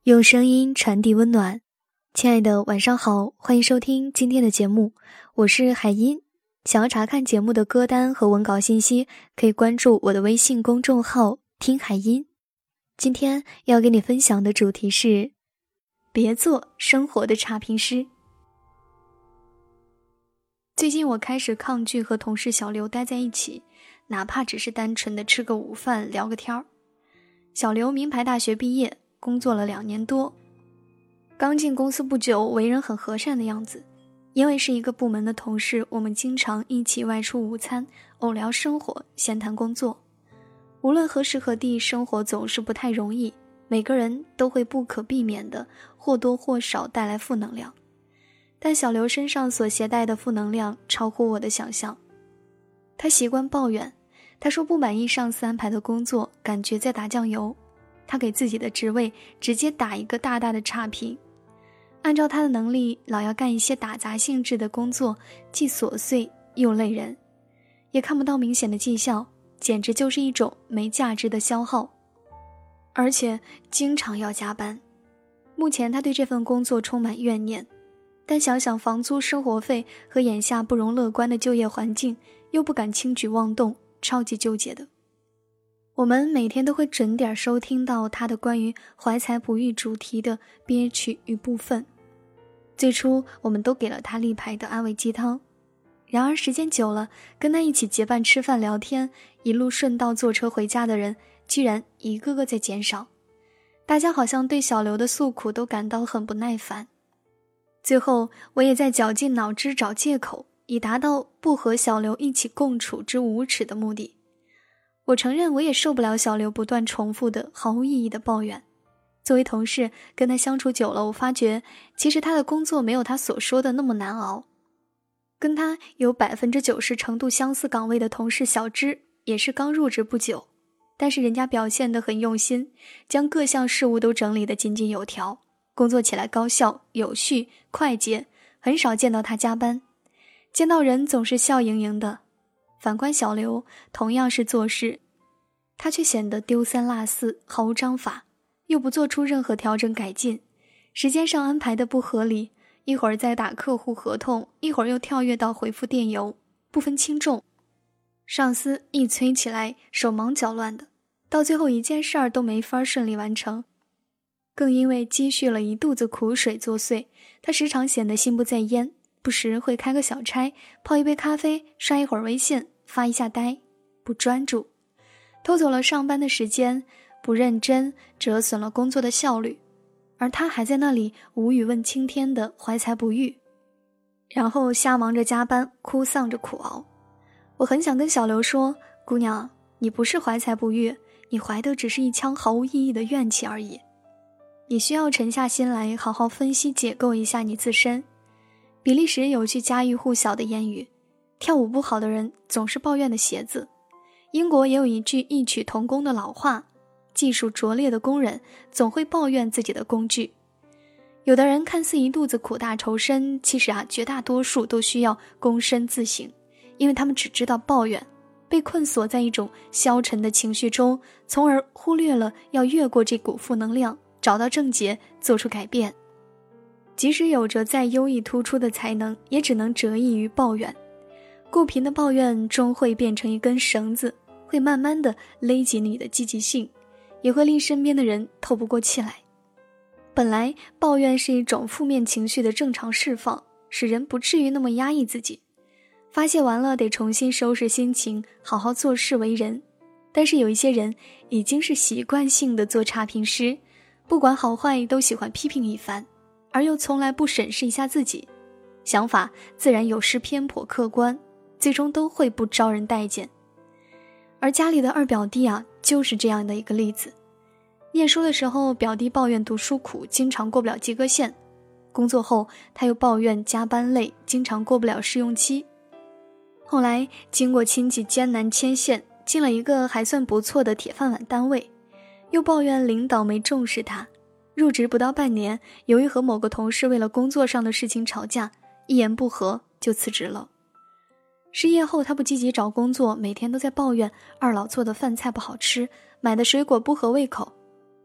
用声音传递温暖。亲爱的晚上好，欢迎收听今天的节目，我是海音。想要查看节目的歌单和文稿信息，可以关注我的微信公众号听海音。今天要给你分享的主题是别做生活的差评师。最近我开始抗拒和同事小刘待在一起，哪怕只是单纯的吃个午饭聊个天儿。小刘名牌大学毕业，工作了2年多，刚进公司不久，为人很和善的样子。因为是一个部门的同事，我们经常一起外出午餐，偶聊生活，闲谈工作。无论何时何地，生活总是不太容易，每个人都会不可避免的或多或少带来负能量。但小刘身上所携带的负能量超乎我的想象。他习惯抱怨，他说不满意上司安排的工作，感觉在打酱油。他给自己的职位直接打一个大大的差评。按照他的能力，老要干一些打杂性质的工作，既琐碎又累人，也看不到明显的绩效，简直就是一种没价值的消耗。而且经常要加班。目前他对这份工作充满怨念，但想想房租、生活费和眼下不容乐观的就业环境，又不敢轻举妄动，超级纠结的。我们每天都会准点收听到他的关于怀才不遇主题的憋屈与部分。最初我们都给了他立牌的安慰鸡汤，然而时间久了，跟他一起结伴吃饭聊天，一路顺道坐车回家的人居然一个个在减少。大家好像对小刘的诉苦都感到很不耐烦。最后我也在绞尽脑汁找借口，以达到不和小刘一起共处之无耻的目的。我承认我也受不了小刘不断重复的毫无意义的抱怨。作为同事，跟他相处久了，我发觉其实他的工作没有他所说的那么难熬。跟他有90%程度相似岗位的同事小芝，也是刚入职不久，但是人家表现得很用心，将各项事务都整理得井井有条，工作起来高效有序快捷，很少见到他加班，见到人总是笑盈盈的。反观小刘，同样是做事，他却显得丢三落四，毫无章法，又不做出任何调整改进，时间上安排的不合理，一会儿在打客户合同，一会儿又跳跃到回复电邮，不分轻重。上司一催起来手忙脚乱的，到最后一件事儿都没法顺利完成。更因为积蓄了一肚子苦水作祟，他时常显得心不在焉，不时会开个小差，泡一杯咖啡，刷一会儿微信，发一下呆，不专注，偷走了上班的时间，不认真，折损了工作的效率。而他还在那里无语问青天的怀才不遇，然后瞎忙着加班，哭丧着苦熬。我很想跟小刘说，姑娘，你不是怀才不遇，你怀的只是一腔毫无意义的怨气而已。你需要沉下心来，好好分析解构一下你自身。比利时有句家喻户晓的谚语，跳舞不好的人总是抱怨的鞋子。英国也有一句异曲同工的老话，技术拙劣的工人总会抱怨自己的工具。有的人看似一肚子苦大仇深，其实绝大多数都需要躬身自省，因为他们只知道抱怨，被困锁在一种消沉的情绪中，从而忽略了要越过这股负能量，找到症结，做出改变。即使有着再优异突出的才能，也只能折翼于抱怨。过频的抱怨终会变成一根绳子，会慢慢的勒紧你的积极性，也会令身边的人透不过气来。本来抱怨是一种负面情绪的正常释放，使人不至于那么压抑自己。发泄完了得重新收拾心情，好好做事为人。但是有一些人已经是习惯性的做差评师，不管好坏都喜欢批评一番，而又从来不审视一下自己，想法自然有失偏颇客观，最终都会不招人待见。而家里的二表弟就是这样的一个例子。念书的时候，表弟抱怨读书苦，经常过不了及格线；工作后，他又抱怨加班累，经常过不了试用期。后来经过亲戚艰难牵线，进了一个还算不错的铁饭碗单位，又抱怨领导没重视他。入职不到半年，由于和某个同事为了工作上的事情吵架，一言不合就辞职了。失业后，他不积极找工作，每天都在抱怨二老做的饭菜不好吃，买的水果不合胃口。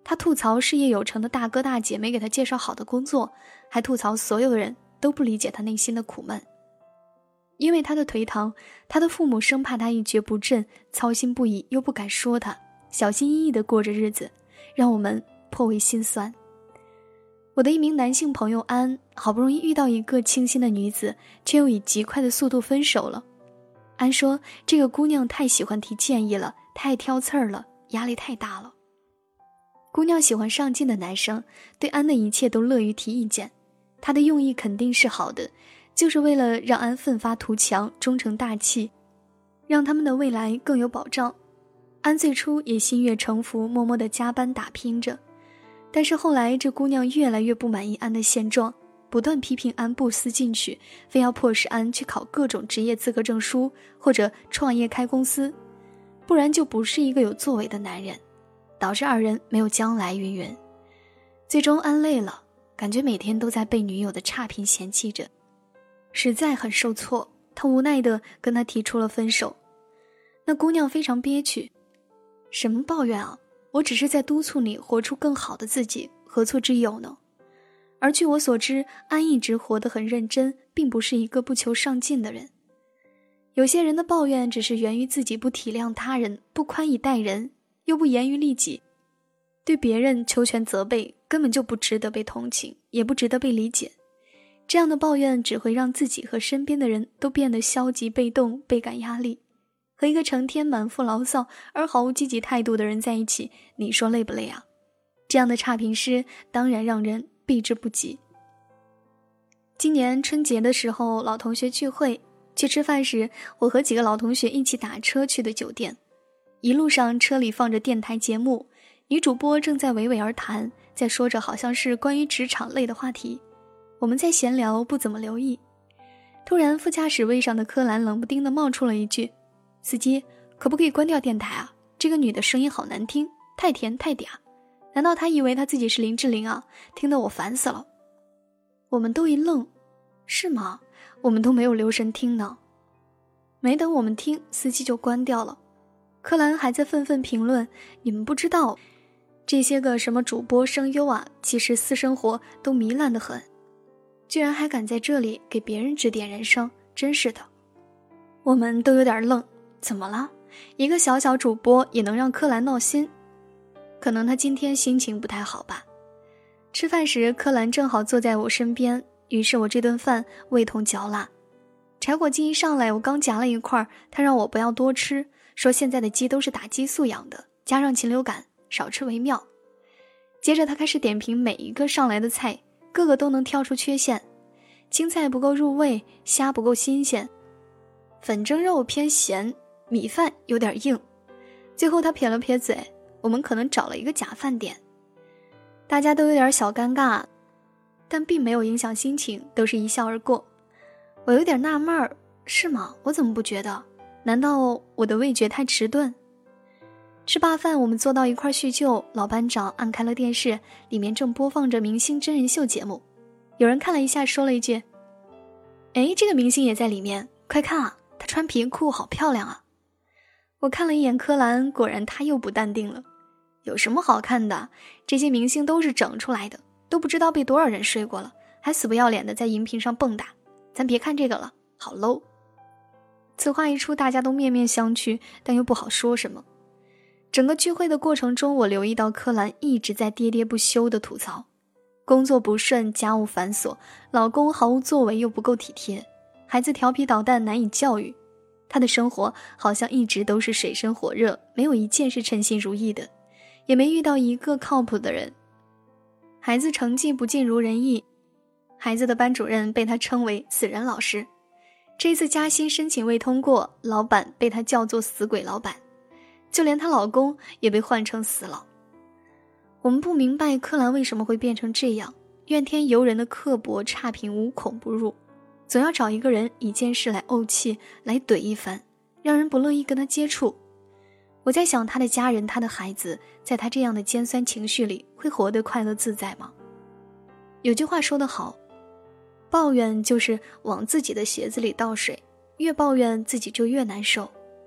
她吐槽事业有成的大哥大姐没给她介绍好的工作，还吐槽所有的人都不理解她内心的苦闷。因为她的颓唐，她的父母生怕她一蹶不振，操心不已又不敢说她，小心翼翼地过着日子，让我们颇为心酸。我的一名男性朋友安，好不容易遇到一个倾心的女子，却又以极快的速度分手了。安说这个姑娘太喜欢提建议了，太挑刺儿了，压力太大了。姑娘喜欢上进的男生，对安的一切都乐于提意见，她的用意肯定是好的，就是为了让安奋发图强，忠诚大气，让他们的未来更有保障。安最初也心悦诚服，默默地加班打拼着，但是后来这姑娘越来越不满意安的现状，不断批评安不思进取，非要迫使安去考各种职业资格证书，或者创业开公司，不然就不是一个有作为的男人，导致二人没有将来云云。最终安累了，感觉每天都在被女友的差评嫌弃着，实在很受挫，他无奈地跟他提出了分手。那姑娘非常憋屈，什么抱怨啊，我只是在督促你活出更好的自己，何错之有呢？而据我所知，安一直活得很认真，并不是一个不求上进的人。有些人的抱怨只是源于自己不体谅他人，不宽以待人，又不严于律己，对别人求全责备，根本就不值得被同情，也不值得被理解。这样的抱怨只会让自己和身边的人都变得消极被动，倍感压力。和一个成天满腹牢骚而毫无积极态度的人在一起，你说累不累啊？这样的差评师当然让人避之不及。今年春节的时候，老同学聚会，去吃饭时，我和几个老同学一起打车去的酒店。一路上车里放着电台节目，女主播正在娓娓而谈，在说着好像是关于职场类的话题。我们在闲聊，不怎么留意。突然副驾驶位上的柯蓝冷不丁地冒出了一句，司机可不可以关掉电台啊？这个女的声音好难听，太甜太嗲。难道她以为她自己是林志玲啊？听得我烦死了。我们都一愣，是吗？我们都没有留神听呢。没等我们听，司机就关掉了。柯蓝还在愤愤评论，你们不知道，这些个什么主播声优啊，其实私生活都糜烂得很，居然还敢在这里给别人指点人生，真是的。我们都有点愣，怎么了？一个小小主播也能让柯蓝闹心？可能他今天心情不太好吧。吃饭时，柯蓝正好坐在我身边，于是我这顿饭味同嚼蜡。柴火鸡一上来，我刚夹了一块，他让我不要多吃，说现在的鸡都是打激素养的，加上禽流感，少吃为妙。接着他开始点评每一个上来的菜，个个都能挑出缺陷。青菜不够入味，虾不够新鲜，粉蒸肉偏咸，米饭有点硬。最后他撇了撇嘴，我们可能找了一个假饭点。大家都有点小尴尬，但并没有影响心情，都是一笑而过。我有点纳闷儿，是吗？我怎么不觉得？难道我的味觉太迟钝？吃罢饭，我们坐到一块叙旧，老班长按开了电视，里面正播放着明星真人秀节目。有人看了一下，说了一句，哎，这个明星也在里面，快看啊，她穿皮裤好漂亮啊。我看了一眼柯蓝，果然他又不淡定了。有什么好看的？这些明星都是整出来的，都不知道被多少人睡过了，还死不要脸的在荧屏上蹦跶。咱别看这个了，好 low。 此话一出，大家都面面相觑，但又不好说什么。整个聚会的过程中，我留意到柯蓝一直在喋喋不休地吐槽，工作不顺，家务繁琐，老公毫无作为又不够体贴，孩子调皮捣蛋难以教育。他的生活好像一直都是水深火热，没有一件是称心如意的，也没遇到一个靠谱的人。孩子成绩不尽如人意，孩子的班主任被他称为死人老师，这次加薪申请未通过，老板被他叫做死鬼老板，就连她老公也被换成死佬。我们不明白柯蓝为什么会变成这样，怨天尤人的刻薄差评无孔不入，总要找一个人一件事来怄气，来怼一番，让人不乐意跟他接触。我在想，他的家人，他的孩子，在他这样的尖酸情绪里会活得快乐自在吗？有句话说得好，抱怨就是往自己的鞋子里倒水，越抱怨自己就越难受。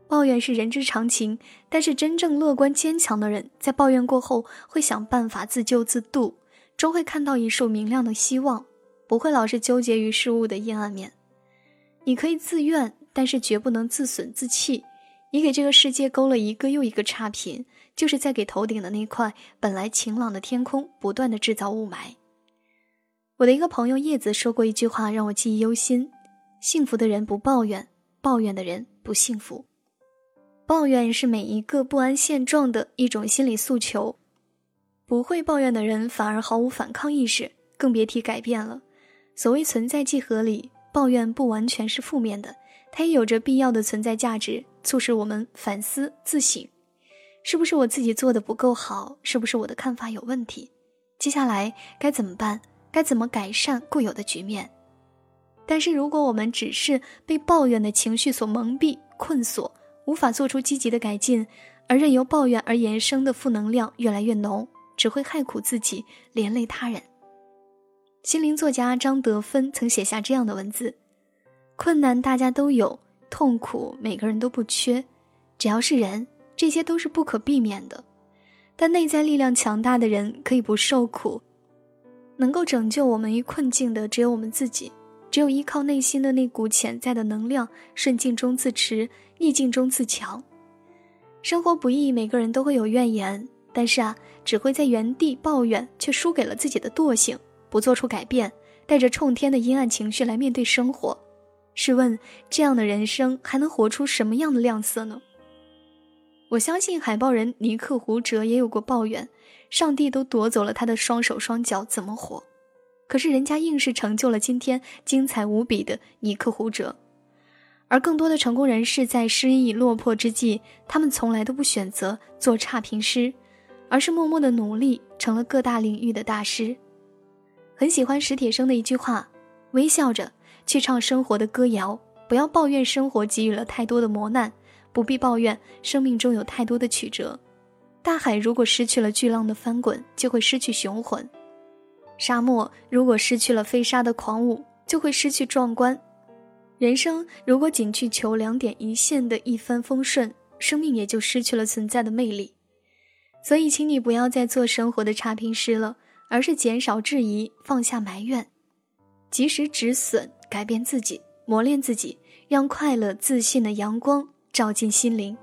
抱怨是人之常情，但是真正乐观坚强的人，在抱怨过后会想办法自救自渡，终会看到一束明亮的希望，不会老是纠结于事物的阴暗面。你可以自怨，但是绝不能自损自弃。你给这个世界勾了一个又一个差评，就是在给头顶的那块本来晴朗的天空不断地制造雾霾。我的一个朋友叶子说过一句话让我记忆犹新：幸福的人不抱怨，抱怨的人不幸福。抱怨是每一个不安现状的一种心理诉求，不会抱怨的人反而毫无反抗意识，更别提改变了。所谓存在即合理，抱怨不完全是负面的，它也有着必要的存在价值，促使我们反思自省。是不是我自己做的不够好？是不是我的看法有问题？接下来该怎么办？该怎么改善固有的局面？但是如果我们只是被抱怨的情绪所蒙蔽、困锁，无法做出积极的改进，而任由抱怨而延伸的负能量越来越浓，只会害苦自己，连累他人。心灵作家张德芬曾写下这样的文字：困难大家都有，痛苦每个人都不缺，只要是人，这些都是不可避免的。但内在力量强大的人可以不受苦，能够拯救我们于困境的只有我们自己。只有依靠内心的那股潜在的能量，顺境中自持，逆境中自强。生活不易，每个人都会有怨言，但是只会在原地抱怨，却输给了自己的惰性，不做出改变，带着冲天的阴暗情绪来面对生活。试问，这样的人生还能活出什么样的亮色呢？我相信海豹人尼克胡哲也有过抱怨，上帝都夺走了他的双手双脚，怎么活？可是人家硬是成就了今天精彩无比的尼克胡哲。而更多的成功人士在失意落魄之际，他们从来都不选择做差评师，而是默默的努力，成了各大领域的大师。很喜欢史铁生的一句话：微笑着去唱生活的歌谣，不要抱怨生活给予了太多的磨难，不必抱怨生命中有太多的曲折。大海如果失去了巨浪的翻滚，就会失去雄浑；沙漠如果失去了飞沙的狂舞，就会失去壮观。人生如果仅去求两点一线的一帆风顺，生命也就失去了存在的魅力。所以请你不要再做生活的差评师了，而是减少质疑，放下埋怨，及时止损，改变自己，磨练自己，让快乐自信的阳光照进心灵。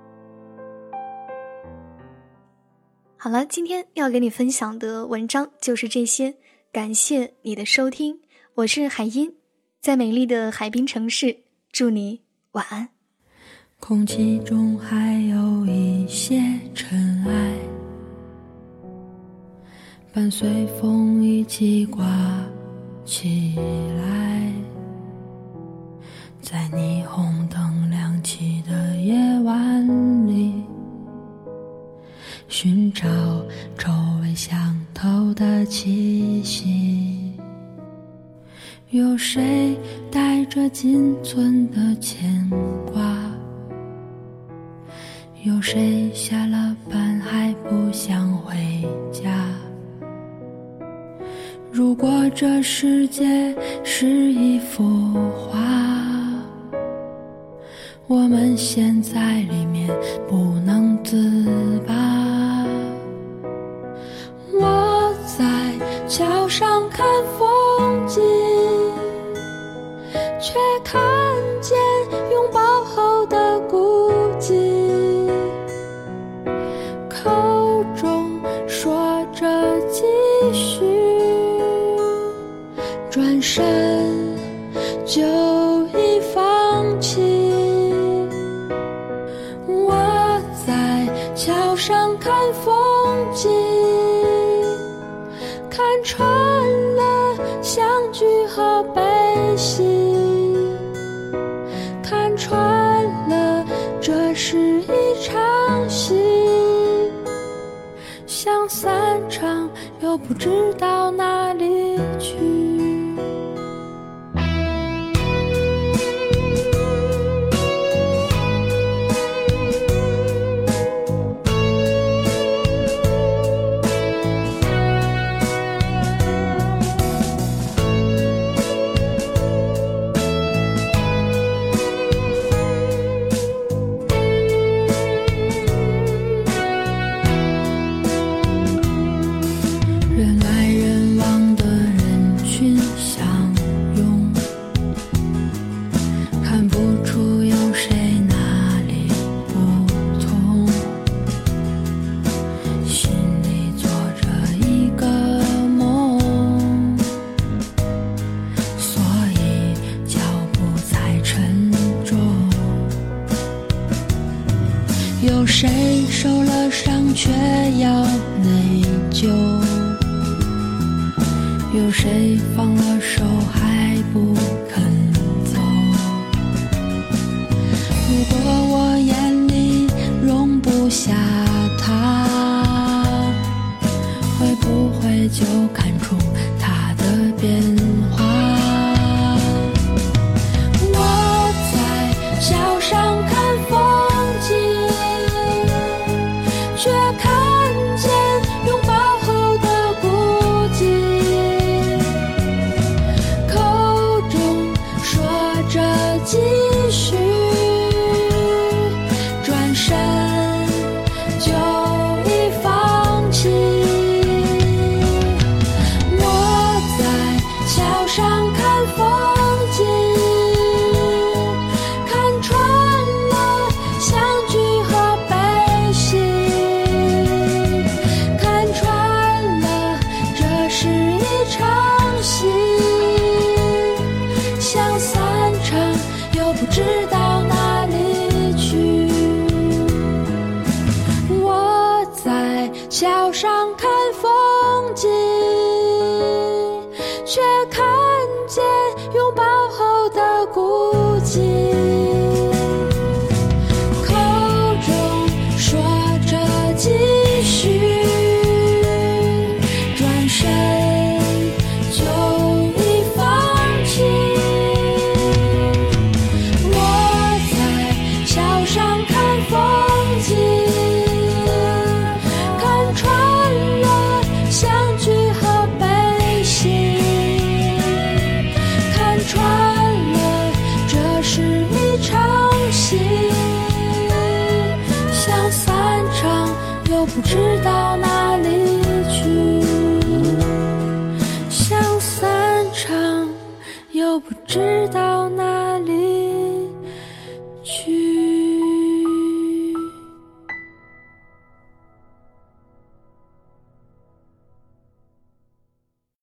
好了，今天要给你分享的文章就是这些，感谢你的收听，我是海音，在美丽的海滨城市，祝你晚安。 空气中还有一些尘埃，伴随风一起刮起来，在霓虹灯亮起的夜晚里，寻找周围相投的气息。有谁带着仅存的牵挂？有谁下了班还不想回家？如果这世界是一幅画，我们陷在里面不能自拔。我在桥上看风景，却看见拥抱后的孤寂，口中说着继续，转身就已放弃。我在桥上看风景，看穿了相聚和悲喜，看穿了这是一场戏，想散场又不知道哪里去。 有谁受了伤却要内疚？有谁放了手还不肯走？如果我眼里容不下他，会不会就看出他的变化？我在桥上看风景，却看见拥抱后的孤寂，口中说着继续，转身就已放弃。我在桥上看风景，看穿了相聚和悲喜，看穿了这是一场戏，想散场又不知道哪里去。我在桥上看风景，却看见拥抱后的孤寂，口中说着继续，转身就已放弃。我在桥上看风景，看穿了相聚和悲喜，看穿了这是一场戏，想散场又不知道哪里去，想散场又不知道哪